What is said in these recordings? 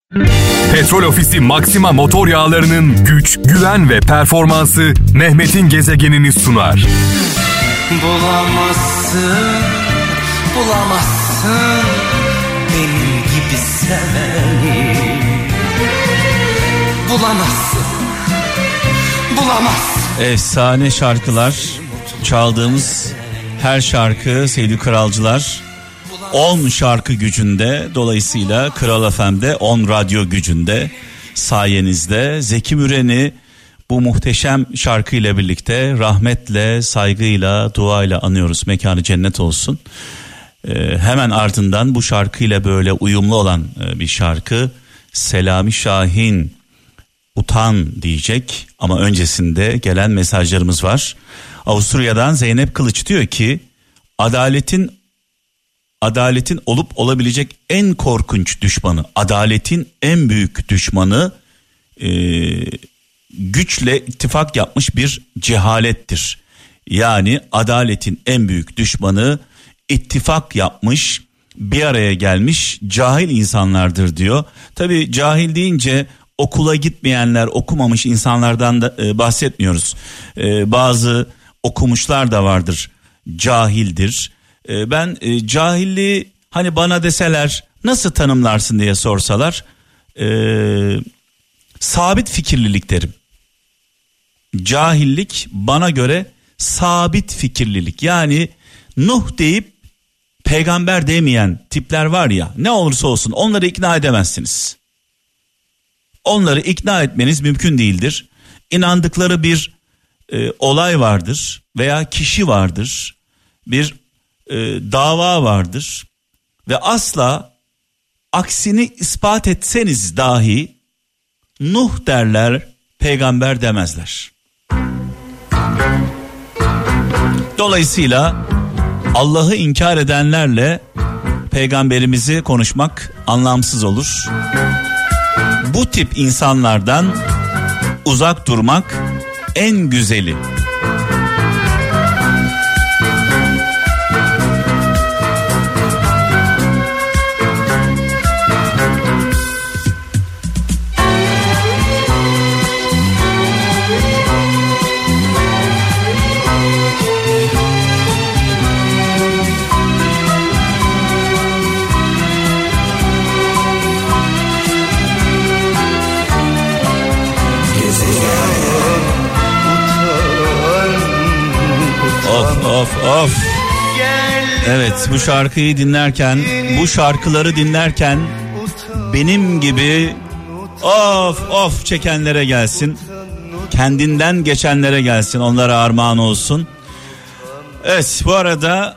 Petrol Ofisi Maxima motor yağlarının güç, güven ve performansı Mehmet'in gezegenini sunar. Bulamazsın, bulamazsın benim gibi seveni. Bulamazsın, bulamazsın. Efsane şarkılar, çaldığımız her şarkı sevgili kralcılar 10 şarkı gücünde, dolayısıyla Kral FM'de 10 radyo gücünde sayenizde. Zeki Müren'i bu muhteşem şarkıyla birlikte rahmetle, saygıyla, duayla anıyoruz. Mekanı cennet olsun. Hemen ardından bu şarkıyla böyle uyumlu olan bir şarkı Selami Şahin Utan diyecek ama öncesinde gelen mesajlarımız var. Avusturya'dan Zeynep Kılıç diyor ki adaletin olup olabilecek en korkunç düşmanı, adaletin en büyük düşmanı güçle ittifak yapmış bir cehalettir. Yani adaletin en büyük düşmanı ittifak yapmış, bir araya gelmiş cahil insanlardır diyor. Tabii cahil deyince okula gitmeyenler, okumamış insanlardan da bahsetmiyoruz. Bazı okumuşlar da vardır, cahildir. Ben cahilliği hani bana deseler nasıl tanımlarsın diye sorsalar sabit fikirlilik derim. Cahillik bana göre sabit fikirlilik, yani Nuh deyip peygamber demeyen tipler var ya, ne olursa olsun onları ikna edemezsiniz. Onları ikna etmeniz mümkün değildir. İnandıkları bir olay vardır veya kişi vardır, bir dava vardır ve asla aksini ispat etseniz dahi Nuh derler, peygamber demezler. Dolayısıyla Allah'ı inkar edenlerle peygamberimizi konuşmak anlamsız olur. Bu tip insanlardan uzak durmak en güzeli. Of. Evet, bu şarkıyı dinlerken, bu şarkıları dinlerken benim gibi of çekenlere gelsin. Kendinden geçenlere gelsin. Onlara armağan olsun. Evet, bu arada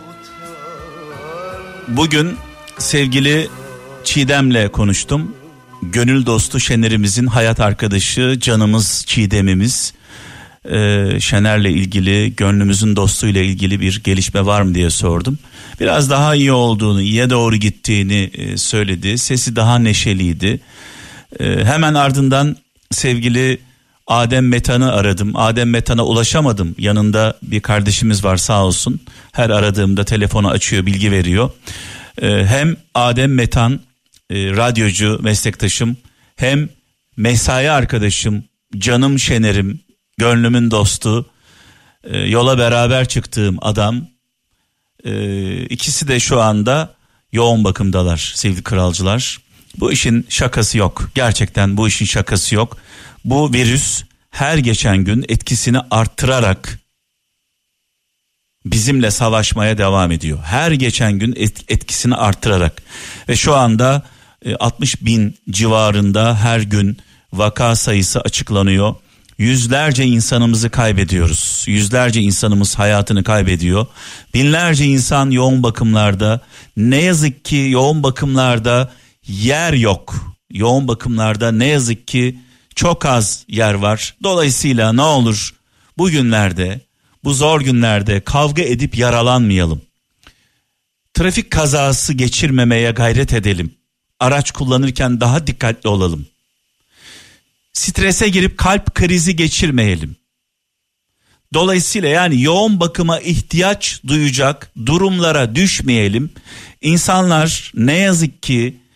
bugün sevgili Çiğdem'le konuştum. Gönül dostu Şener'imizin hayat arkadaşı, canımız Çiğdem'imiz. Şener'le ilgili, gönlümüzün dostuyla ilgili bir gelişme var mı diye sordum. Biraz daha iyi olduğunu, iyiye doğru gittiğini söyledi. Sesi daha neşeliydi. Hemen ardından sevgili Adem Metan'ı aradım. Adem Metan'a ulaşamadım. Yanında bir kardeşimiz var, sağ olsun. Her aradığımda telefonu açıyor, bilgi veriyor. Hem Adem Metan radyocu meslektaşım, hem mesai arkadaşım, canım Şener'im, gönlümün dostu, yola beraber çıktığım adam. İkisi de şu anda yoğun bakımdalar sevgili kralcılar. Bu işin şakası yok. Gerçekten bu işin şakası yok. Bu virüs her geçen gün etkisini arttırarak bizimle savaşmaya devam ediyor. Her geçen gün etkisini arttırarak ve şu anda 60.000 civarında her gün vaka sayısı açıklanıyor. Yüzlerce insanımızı kaybediyoruz. Yüzlerce insanımız hayatını kaybediyor. Binlerce insan yoğun bakımlarda. Ne yazık ki yoğun bakımlarda yer yok. Yoğun bakımlarda ne yazık ki çok az yer var. Dolayısıyla ne olur bu günlerde, bu zor günlerde kavga edip yaralanmayalım. Trafik kazası geçirmemeye gayret edelim. Araç kullanırken daha dikkatli olalım. Strese girip kalp krizi geçirmeyelim. Dolayısıyla yani yoğun bakıma ihtiyaç duyacak durumlara düşmeyelim. İnsanlar ne yazık ki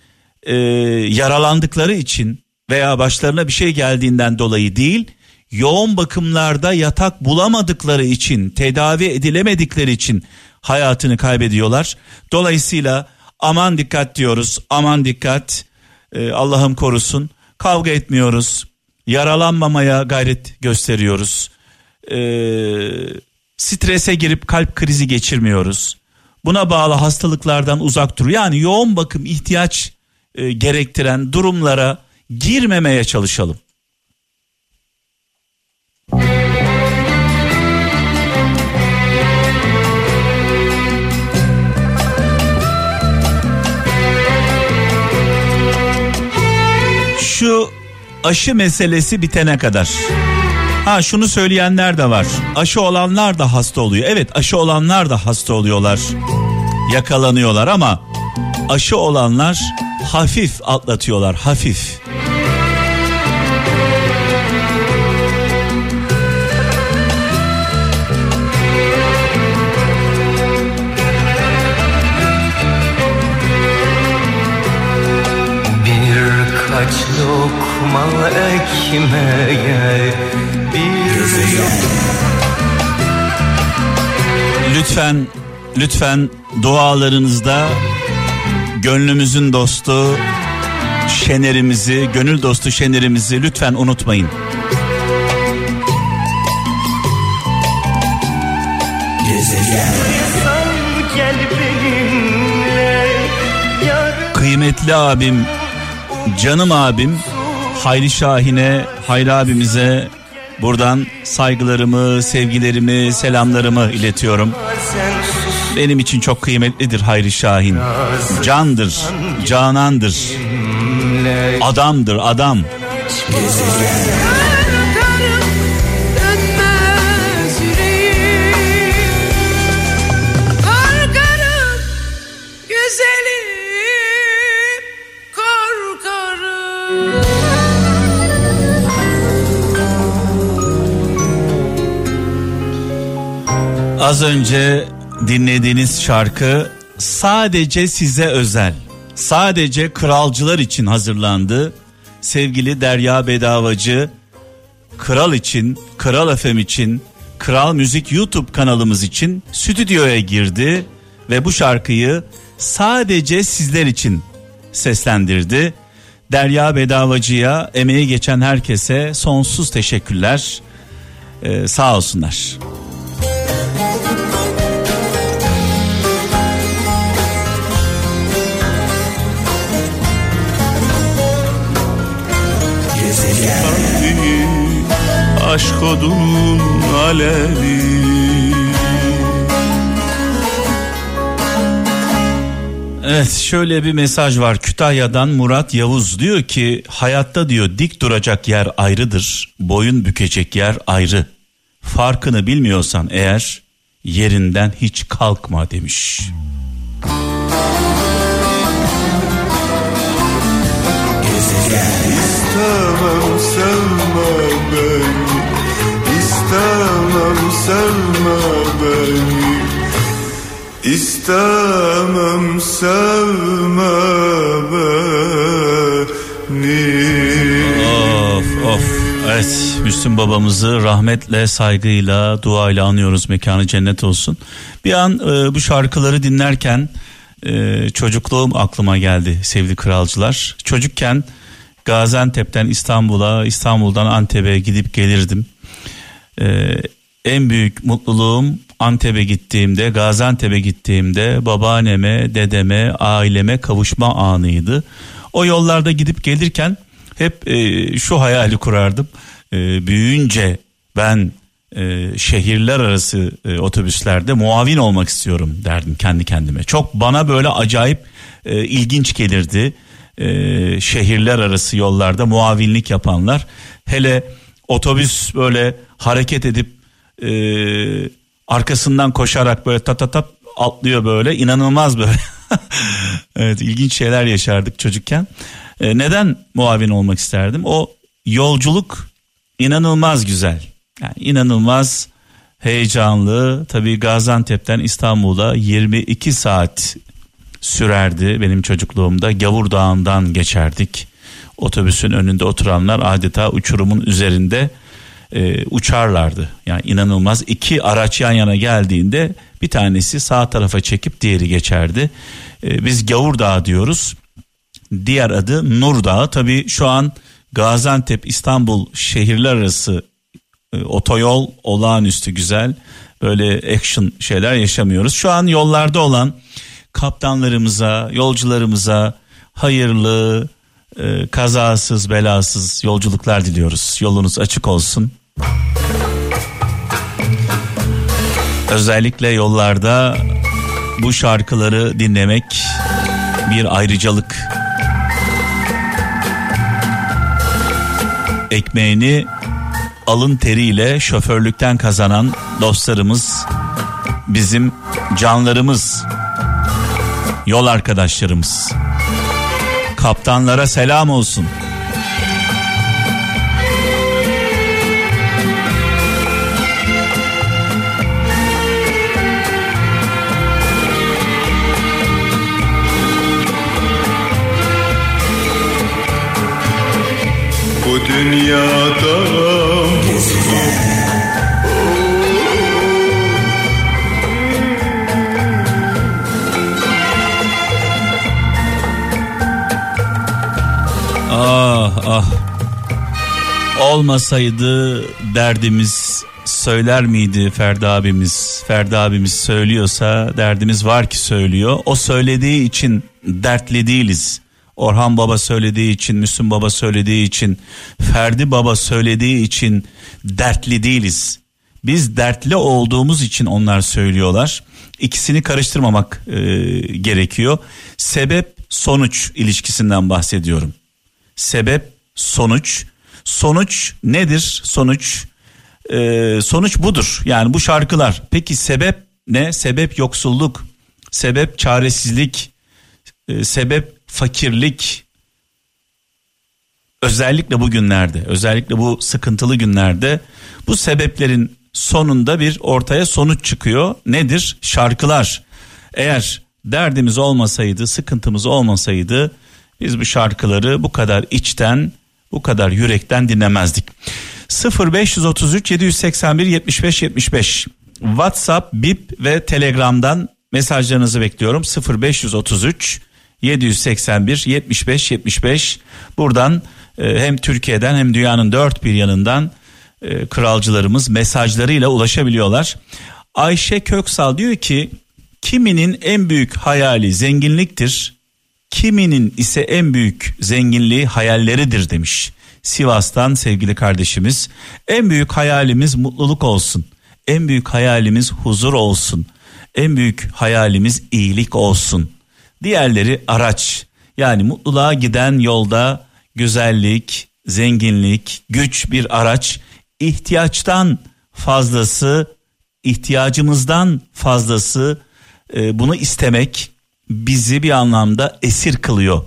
yaralandıkları için veya başlarına bir şey geldiğinden dolayı değil, yoğun bakımlarda yatak bulamadıkları için, tedavi edilemedikleri için hayatını kaybediyorlar. Dolayısıyla aman dikkat diyoruz, aman dikkat, Allah'ım korusun, kavga etmiyoruz, yaralanmamaya gayret gösteriyoruz, strese girip kalp krizi geçirmiyoruz, buna bağlı hastalıklardan uzak dur. Yani yoğun bakım ihtiyaç gerektiren durumlara girmemeye çalışalım. Şu aşı meselesi bitene kadar. Şunu söyleyenler de var. Aşı olanlar da hasta oluyor. Evet, aşı olanlar da hasta oluyorlar. Yakalanıyorlar ama aşı olanlar hafif atlatıyorlar, hafif. Birkaç lokma ekmeğe Lütfen dualarınızda gönlümüzün dostu Şener'imizi, gönül dostu Şener'imizi lütfen unutmayın. Kıymetli abim, canım abim Hayri Şahin'e, Hayri abimize buradan saygılarımı, sevgilerimi, selamlarımı iletiyorum. Benim için çok kıymetlidir Hayri Şahin. Candır, canandır. Adamdır, adam. Az önce dinlediğiniz şarkı sadece size özel, sadece kralcılar için hazırlandı. Sevgili Derya Bedavacı, Kral için, Kral FM için, Kral Müzik YouTube kanalımız için stüdyoya girdi ve bu şarkıyı sadece sizler için seslendirdi. Derya Bedavacı'ya, emeği geçen herkese sonsuz teşekkürler. Sağ olsunlar. Aşk odunun alevi. Evet, şöyle bir mesaj var Kütahya'dan Murat Yavuz, diyor ki hayatta diyor dik duracak yer ayrıdır, boyun bükecek yer ayrı. Farkını bilmiyorsan eğer yerinden hiç kalkma demiş. İstemem sevme beni, istemem sevme beni, istemem sevme beni. Of. Evet, Müslüm babamızı rahmetle, saygıyla, duayla anıyoruz, mekanı cennet olsun. Bir an bu şarkıları dinlerken çocukluğum aklıma geldi sevgili kralcılar. Çocukken Gaziantep'ten İstanbul'a, İstanbul'dan Antep'e gidip gelirdim. En büyük mutluluğum Antep'e gittiğimde, Gaziantep'e gittiğimde babaanneme, dedeme, aileme kavuşma anıydı. O yollarda gidip gelirken hep şu hayali kurardım. Büyüyünce ben şehirler arası otobüslerde muavin olmak istiyorum derdim kendi kendime. Çok bana böyle acayip ilginç gelirdi. Şehirler arası yollarda muavinlik yapanlar, hele otobüs böyle hareket edip arkasından koşarak böyle tat atlıyor, böyle inanılmaz böyle. Evet, ilginç şeyler yaşardık çocukken. Neden muavin olmak isterdim? O yolculuk inanılmaz güzel, yani inanılmaz heyecanlı. Tabii Gaziantep'ten İstanbul'a 22 saat sürerdi benim çocukluğumda. Gavur Dağı'ndan geçerdik. Otobüsün önünde oturanlar adeta uçurumun üzerinde uçarlardı. Yani inanılmaz, iki araç yan yana geldiğinde bir tanesi sağ tarafa çekip diğeri geçerdi. Biz Gavur Dağı diyoruz. Diğer adı Nur Dağı. Tabii şu an Gaziantep İstanbul şehirler arası otoyol olağanüstü güzel. Böyle action şeyler yaşamıyoruz. Şu an yollarda olan kaptanlarımıza, yolcularımıza hayırlı, kazasız belasız yolculuklar diliyoruz. Yolunuz açık olsun. Özellikle yollarda bu şarkıları dinlemek bir ayrıcalık. Ekmeğini alın teriyle şoförlükten kazanan dostlarımız, bizim canlarımız, yol arkadaşlarımız. Kaptanlara selam olsun. Bu dünyada Ah olmasaydı derdimiz söyler miydi Ferdi abimiz? Ferdi abimiz söylüyorsa derdimiz var ki söylüyor. O söylediği için dertli değiliz. Orhan Baba söylediği için, Müslüm Baba söylediği için, Ferdi Baba söylediği için dertli değiliz. Biz dertli olduğumuz için onlar söylüyorlar. İkisini karıştırmamak gerekiyor. Sebep sonuç ilişkisinden bahsediyorum. Sebep sonuç. Sonuç nedir? Sonuç budur. Yani bu şarkılar. Peki sebep ne? Sebep yoksulluk, sebep çaresizlik, sebep fakirlik. Özellikle bu günlerde, özellikle bu sıkıntılı günlerde bu sebeplerin sonunda bir ortaya sonuç çıkıyor. Nedir? Şarkılar. Eğer derdimiz olmasaydı, sıkıntımız olmasaydı biz bu şarkıları bu kadar içten, bu kadar yürekten dinlemezdik. 0533 781 75 75 WhatsApp, Bip ve Telegram'dan mesajlarınızı bekliyorum. 0533 781 75 75. Buradan hem Türkiye'den hem dünyanın dört bir yanından kralcılarımız mesajlarıyla ulaşabiliyorlar. Ayşe Köksal diyor ki, kiminin en büyük hayali zenginliktir, kiminin ise en büyük zenginliği hayalleridir demiş. Sivas'tan sevgili kardeşimiz. En büyük hayalimiz mutluluk olsun. En büyük hayalimiz huzur olsun. En büyük hayalimiz iyilik olsun. Diğerleri araç. Yani mutluluğa giden yolda güzellik, zenginlik, güç bir araç. İhtiyaçtan fazlası, ihtiyacımızdan fazlası bunu istemek bizi bir anlamda esir kılıyor.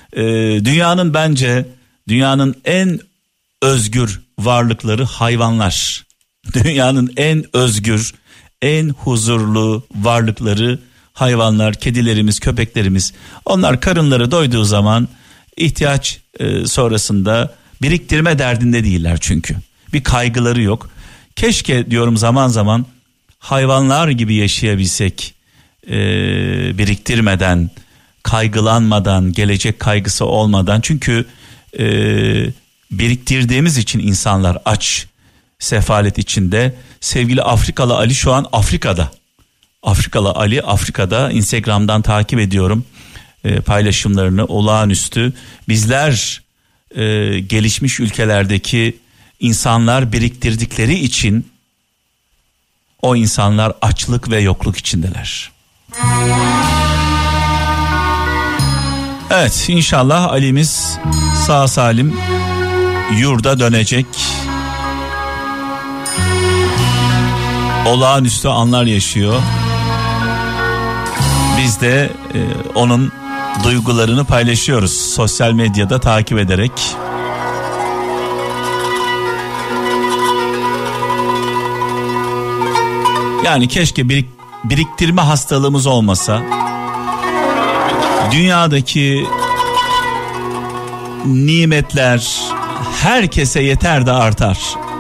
Dünyanın en özgür varlıkları hayvanlar. Dünyanın en özgür, en huzurlu varlıkları hayvanlar, kedilerimiz, köpeklerimiz. Onlar karınları doyduğu zaman ihtiyaç sonrasında biriktirme derdinde değiller çünkü. Bir kaygıları yok. Keşke diyorum zaman zaman hayvanlar gibi yaşayabilsek, biriktirmeden, kaygılanmadan, gelecek kaygısı olmadan. Çünkü biriktirdiğimiz için insanlar aç, sefalet içinde. Sevgili Afrikalı Ali şu an Afrika'da. Afrikalı Ali Afrika'da. Instagram'dan takip ediyorum paylaşımlarını, olağanüstü. Bizler gelişmiş ülkelerdeki insanlar biriktirdikleri için o insanlar açlık ve yokluk içindeler. Evet, inşallah Ali'miz sağ salim yurda dönecek. Olağanüstü anlar yaşıyor. Biz de onun duygularını paylaşıyoruz sosyal medyada takip ederek. Yani keşke biriktirme hastalığımız olmasa. dünyadaki nimetler herkese yeter de artar.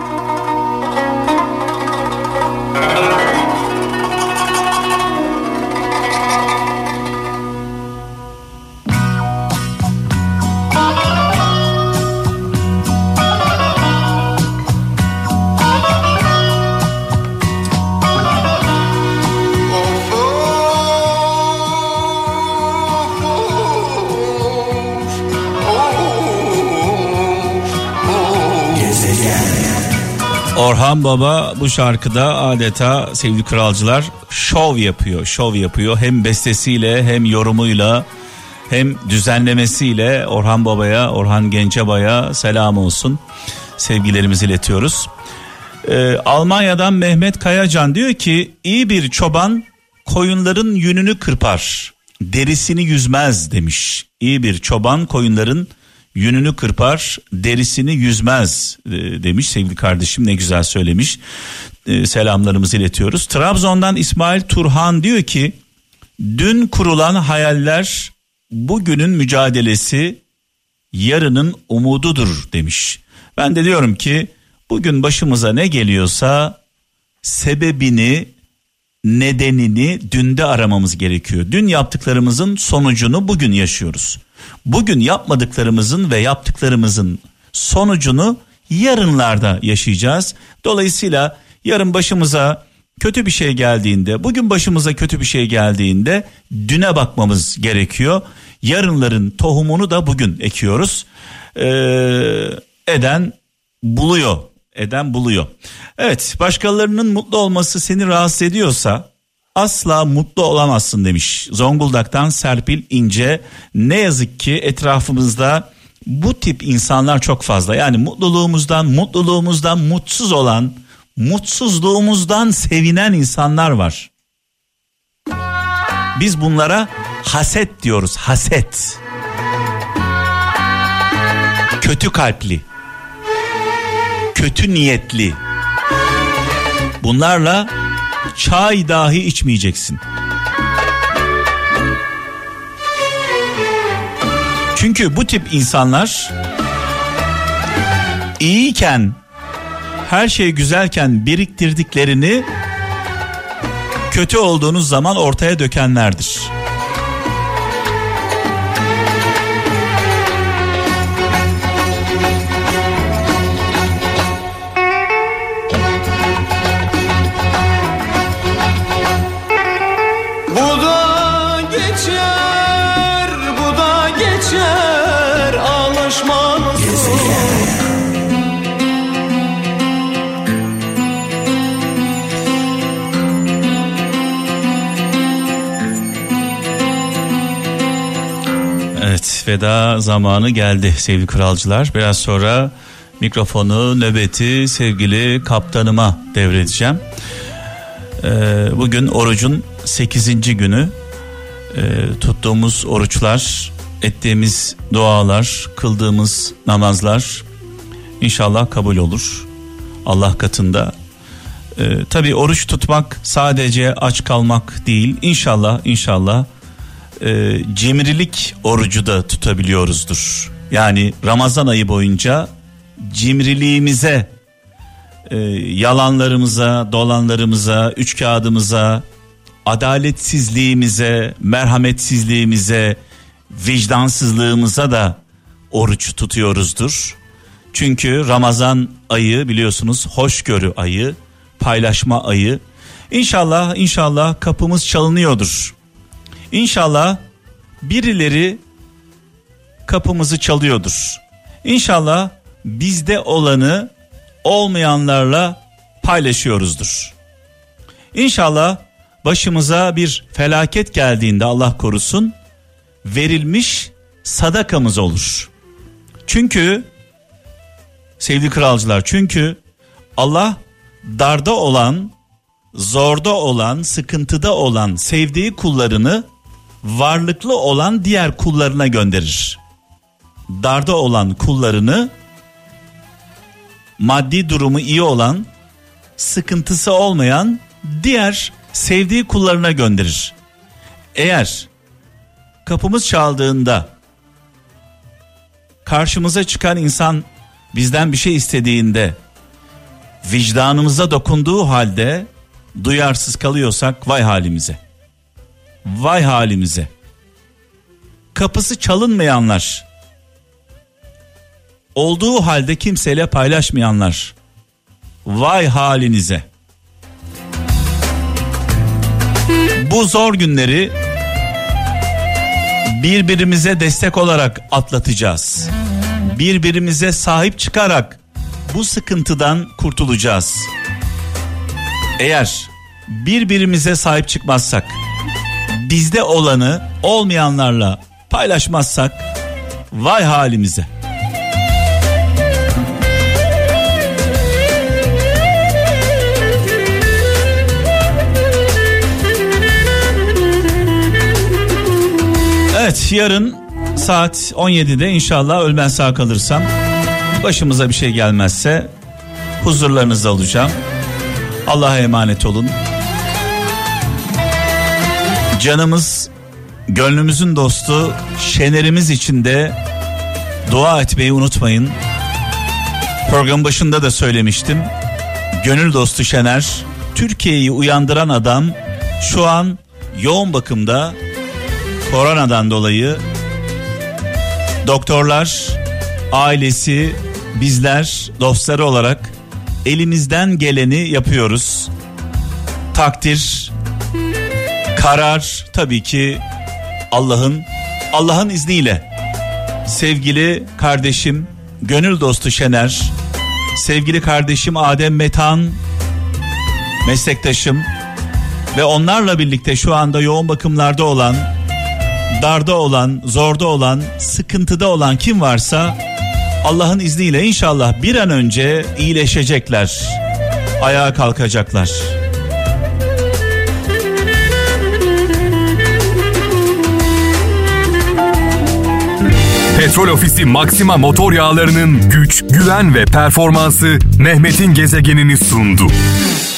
Orhan Baba bu şarkıda adeta sevgili kralcılar şov yapıyor. Hem bestesiyle hem yorumuyla hem düzenlemesiyle Orhan Gencebay'a selam olsun. Sevgilerimizi iletiyoruz. Almanya'dan Mehmet Kayacan diyor ki iyi bir çoban koyunların yününü kırpar, derisini yüzmez demiş. İyi bir çoban koyunların yününü kırpar, derisini yüzmez demiş sevgili kardeşim, ne güzel söylemiş. Selamlarımızı iletiyoruz. Trabzon'dan İsmail Turhan diyor ki dün kurulan hayaller bugünün mücadelesi, yarının umududur demiş. Ben de diyorum ki bugün başımıza ne geliyorsa sebebini, nedenini dünde aramamız gerekiyor. Dün yaptıklarımızın sonucunu bugün yaşıyoruz. Bugün yapmadıklarımızın ve yaptıklarımızın sonucunu yarınlarda yaşayacağız. Dolayısıyla yarın başımıza kötü bir şey geldiğinde, bugün başımıza kötü bir şey geldiğinde düne bakmamız gerekiyor. Yarınların tohumunu da bugün ekiyoruz. Eden buluyor. Evet, başkalarının mutlu olması seni rahatsız ediyorsa asla mutlu olamazsın demiş. Zonguldak'tan Serpil İnce. Ne yazık ki etrafımızda bu tip insanlar çok fazla. Yani mutluluğumuzdan mutsuz olan, mutsuzluğumuzdan sevinen insanlar var. Biz bunlara haset diyoruz, haset. Kötü kalpli, kötü niyetli. Bunlarla çay dahi içmeyeceksin. Çünkü bu tip insanlar iyiyken, her şey güzelken biriktirdiklerini kötü olduğunuz zaman ortaya dökenlerdir. Evet, veda zamanı geldi sevgili kralcılar. Biraz sonra mikrofonu, nöbeti sevgili kaptanıma devredeceğim. Bugün orucun 8. günü. Tuttuğumuz oruçlar, ettiğimiz dualar, kıldığımız namazlar inşallah kabul olur Allah katında. Tabii oruç tutmak sadece aç kalmak değil. İnşallah cimrilik orucu da tutabiliyoruzdur. Yani Ramazan ayı boyunca cimriliğimize, yalanlarımıza, dolanlarımıza, üçkağıdımıza, adaletsizliğimize, merhametsizliğimize, vicdansızlığımıza da oruç tutuyoruzdur. Çünkü Ramazan ayı biliyorsunuz hoşgörü ayı, paylaşma ayı. İnşallah kapımız çalınıyordur. İnşallah birileri kapımızı çalıyordur. İnşallah bizde olanı olmayanlarla paylaşıyoruzdur. İnşallah başımıza bir felaket geldiğinde Allah korusun verilmiş sadakamız olur. Çünkü sevgili kralcılar, çünkü Allah darda olan, zorda olan, sıkıntıda olan sevdiği kullarını varlıklı olan diğer kullarına gönderir. Darda olan kullarını maddi durumu iyi olan, sıkıntısı olmayan diğer sevdiği kullarına gönderir. Eğer kapımız çaldığında, karşımıza çıkan insan bizden bir şey istediğinde, vicdanımıza dokunduğu halde duyarsız kalıyorsak vay halimize. Vay halimize. Kapısı çalınmayanlar, olduğu halde kimseyle paylaşmayanlar, vay halinize. Bu zor günleri birbirimize destek olarak atlatacağız. Birbirimize sahip çıkarak bu sıkıntıdan kurtulacağız. Eğer birbirimize sahip çıkmazsak, bizde olanı olmayanlarla paylaşmazsak vay halimize. Evet, yarın saat 17'de inşallah ölmez sağ kalırsam, başımıza bir şey gelmezse huzurlarınızda olacağım. Allah'a emanet olun. Canımız, gönlümüzün dostu Şener'imiz için de dua etmeyi unutmayın. Program başında da söylemiştim. Gönül dostu Şener, Türkiye'yi uyandıran adam, şu an yoğun bakımda. Koronadan dolayı doktorlar, ailesi, bizler dostları olarak elimizden geleni yapıyoruz. Takdir, karar tabii ki Allah'ın izniyle. Sevgili kardeşim, gönül dostu Şener, sevgili kardeşim Adem Metan, meslektaşım ve onlarla birlikte şu anda yoğun bakımlarda olan, darda olan, zorda olan, sıkıntıda olan kim varsa Allah'ın izniyle inşallah bir an önce iyileşecekler, ayağa kalkacaklar. Petrol Ofisi Maxima motor yağlarının güç, güven ve performansı Mehmet'in gezegenini sundu.